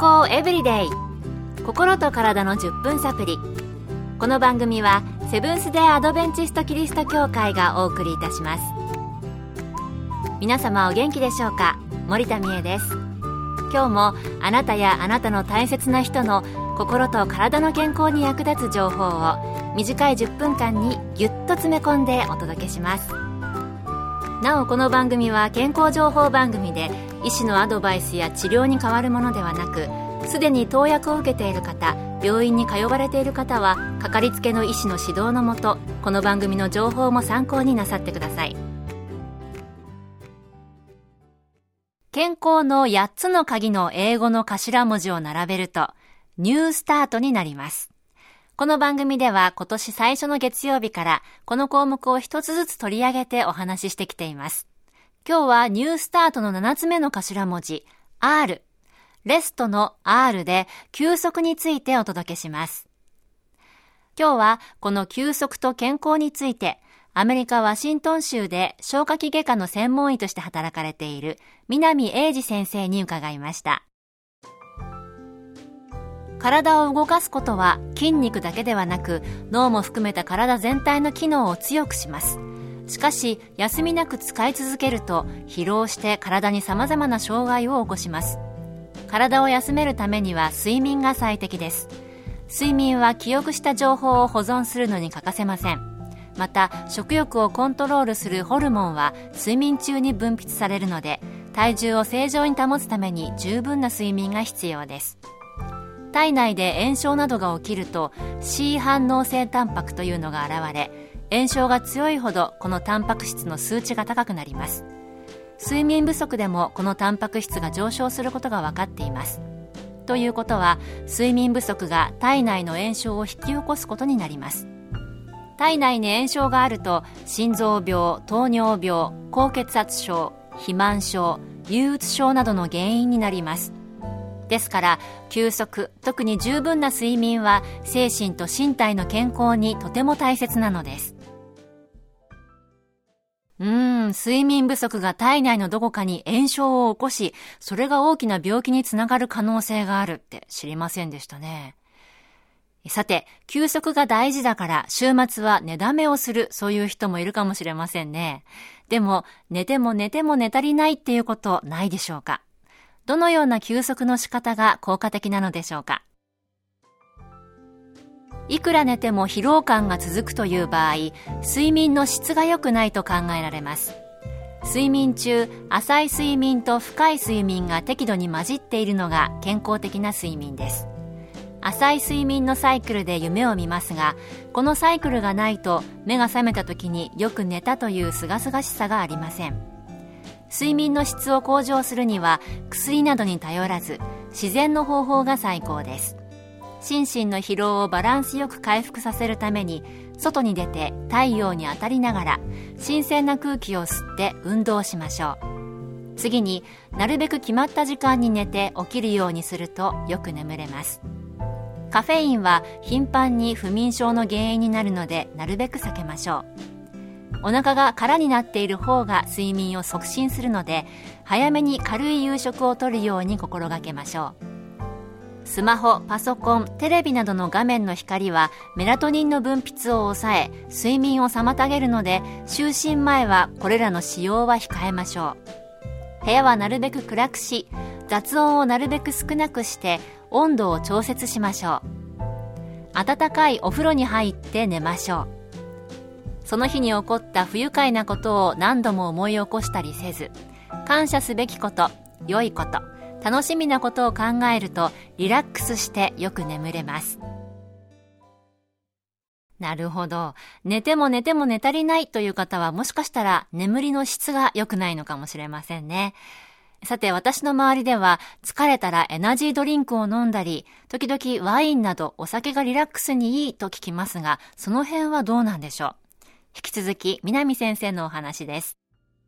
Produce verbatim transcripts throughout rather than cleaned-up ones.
康エブリデイ、心と体のじゅっぷんサプリ。この番組はセブンス・デー・アドベンチスト・キリスト教会がお送りいたします。皆様お元気でしょうか。森田美恵です。今日もあなたやあなたの大切な人の心と体の健康に役立つ情報を短いじゅっぷんかんにぎゅっと詰め込んでお届けします。なおこの番組は健康情報番組で医師のアドバイスや治療に代わるものではなく、すでに投薬を受けている方、病院に通われている方はかかりつけの医師の指導のもと、この番組の情報も参考になさってください。健康のやっつの鍵の英語の頭文字を並べるとニュースタートになります。この番組では今年最初の月曜日からこの項目を一つずつ取り上げてお話ししてきています。今日はニュースタートのななつめの頭文字 R、 レストの R で休息についてお届けします。今日はこの休息と健康についてアメリカ・ワシントン州で消化器外科の専門医として働かれている南英二先生に伺いました。体を動かすことは筋肉だけではなく脳も含めた体全体の機能を強くします。しかし休みなく使い続けると疲労して体に様々な障害を起こします。体を休めるためには睡眠が最適です。睡眠は記憶した情報を保存するのに欠かせません。また食欲をコントロールするホルモンは睡眠中に分泌されるので、体重を正常に保つために十分な睡眠が必要です。体内で炎症などが起きると C 反応性タンパクというのが現れ、炎症が強いほどこのタンパク質の数値が高くなります。睡眠不足でもこのタンパク質が上昇することが分かっています。ということは睡眠不足が体内の炎症を引き起こすことになります。体内に炎症があると心臓病、糖尿病、高血圧症、肥満症、憂鬱症などの原因になります。ですから休息、特に十分な睡眠は精神と身体の健康にとても大切なのです。うーん、睡眠不足が体内のどこかに炎症を起こし、それが大きな病気につながる可能性があるって知りませんでしたね。さて、休息が大事だから週末は寝だめをする、そういう人もいるかもしれませんね。でも寝ても寝ても寝足りないっていうことないでしょうか。どのような休息の仕方が効果的なのでしょうか。いくら寝ても疲労感が続くという場合、睡眠の質が良くないと考えられます。睡眠中、浅い睡眠と深い睡眠が適度に混じっているのが健康的な睡眠です。浅い睡眠のサイクルで夢を見ますが、このサイクルがないと目が覚めた時によく寝たというすがすがしさがありません。睡眠の質を向上するには薬などに頼らず自然の方法が最高です。心身の疲労をバランスよく回復させるために外に出て太陽に当たりながら新鮮な空気を吸って運動しましょう。次になるべく決まった時間に寝て起きるようにするとよく眠れます。カフェインは頻繁に不眠症の原因になるのでなるべく避けましょう。お腹が空になっている方が睡眠を促進するので、早めに軽い夕食をとるように心がけましょう。スマホ、パソコン、テレビなどの画面の光はメラトニンの分泌を抑え、睡眠を妨げるので、就寝前はこれらの使用は控えましょう。部屋はなるべく暗くし、雑音をなるべく少なくして温度を調節しましょう。温かいお風呂に入って寝ましょう。その日に起こった不愉快なことを何度も思い起こしたりせず、感謝すべきこと、良いこと、楽しみなことを考えるとリラックスしてよく眠れます。なるほど。寝ても寝ても寝足りないという方はもしかしたら眠りの質が良くないのかもしれませんね。さて、私の周りでは疲れたらエナジードリンクを飲んだり、時々ワインなどお酒がリラックスにいいと聞きますが、その辺はどうなんでしょう。引き続き南先生のお話です。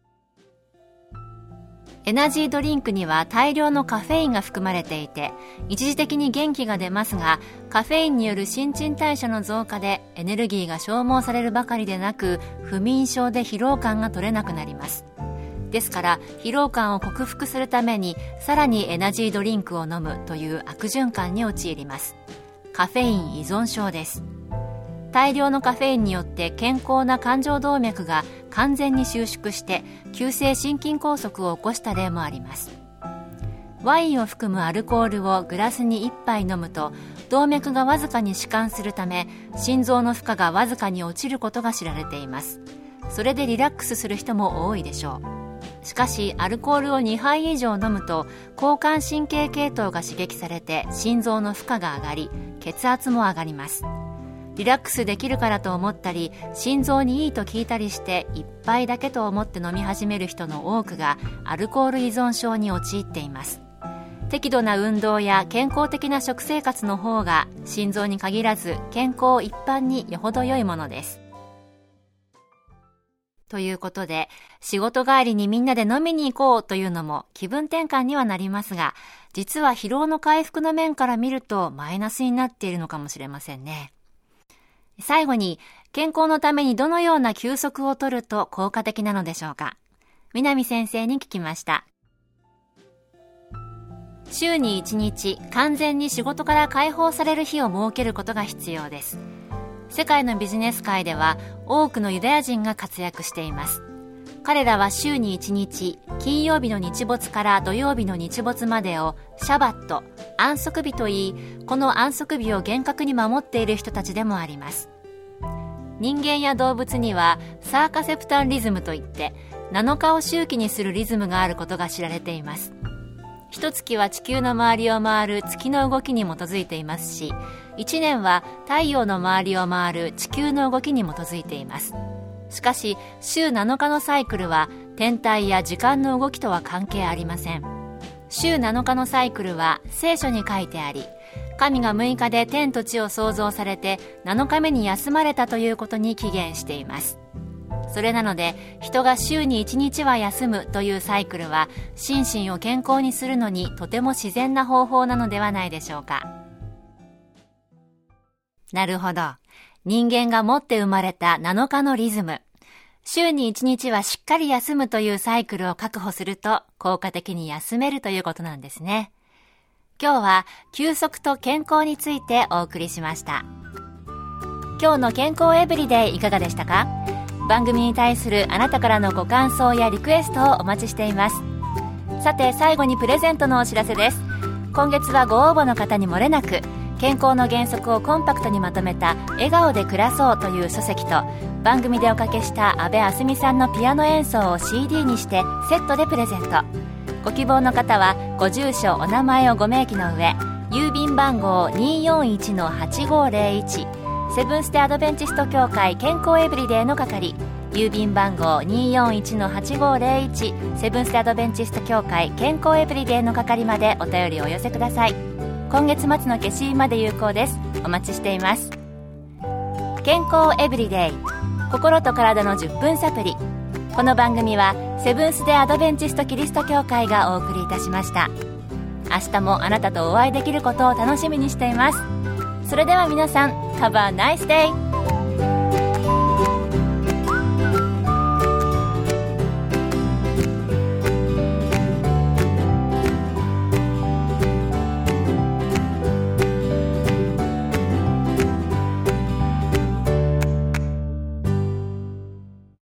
エナジードリンクには大量のカフェインが含まれていて、一時的に元気が出ますが、カフェインによる新陳代謝の増加でエネルギーが消耗されるばかりでなく、不眠症で疲労感が取れなくなります。 ですから疲労感を克服するためにさらにエナジードリンクを飲むという悪循環に陥ります。カフェイン依存症です。大量のカフェインによって健康な冠状動脈が完全に収縮して急性心筋梗塞を起こした例もあります。ワインを含むアルコールをグラスにいっぱい飲むと動脈がわずかに弛緩するため心臓の負荷がわずかに落ちることが知られています。それでリラックスする人も多いでしょう。しかしアルコールをにはい以上飲むと交感神経系統が刺激されて心臓の負荷が上がり血圧も上がります。リラックスできるからと思ったり心臓にいいと聞いたりして一杯だけと思って飲み始める人の多くがアルコール依存症に陥っています。適度な運動や健康的な食生活の方が心臓に限らず健康一般によほど良いものです。ということで仕事帰りにみんなで飲みに行こうというのも気分転換にはなりますが、実は疲労の回復の面から見るとマイナスになっているのかもしれませんね。最後に健康のためにどのような休息を取ると効果的なのでしょうか。南先生に聞きました。週にいちにち完全に仕事から解放される日を設けることが必要です。世界のビジネス界では多くのユダヤ人が活躍しています。彼らは週にいちにち金曜日の日没から土曜日の日没までをシャバット、安息日といい、この安息日を厳格に守っている人たちでもあります。人間や動物にはサーカセプタンリズムといってなのかを周期にするリズムがあることが知られています。一月は地球の周りを回る月の動きに基づいていますし、一年は太陽の周りを回る地球の動きに基づいています。しかし週なのかのサイクルは天体や時間の動きとは関係ありません。週なのかのサイクルは聖書に書いてあり、神がむいかで天と地を創造されてなのかめに休まれたということに起源しています。それなので人が週にいちにちは休むというサイクルは心身を健康にするのにとても自然な方法なのではないでしょうか。なるほど。人間が持って生まれたなのかのリズム、週にいちにちはしっかり休むというサイクルを確保すると効果的に休めるということなんですね。今日は休息と健康についてお送りしました。今日の健康エブリデイいかがでしたか？番組に対するあなたからのご感想やリクエストをお待ちしています。さて最後にプレゼントのお知らせです。今月はご応募の方に漏れなく健康の原則をコンパクトにまとめた笑顔で暮らそうという書籍と番組でおかけした安部あすみさんのピアノ演奏を シーディー にしてセットでプレゼント。ご希望の方はご住所お名前をご明記の上、郵便番号 にーよんいちのはちごーぜろいち セブンステアドベンチスト協会健康エブリデイの係、郵便番号 にーよんいちのはちごーぜろいち セブンステアドベンチスト協会健康エブリデイの係までお便りをお寄せください。今月末の消印まで有効です。お待ちしています。健康エブリデイ、心と体のじゅっぷんサプリ。この番組はセブンス・デ・アドベンチスト・キリスト教会がお送りいたしました。明日もあなたとお会いできることを楽しみにしています。それでは皆さん、Have a nice day!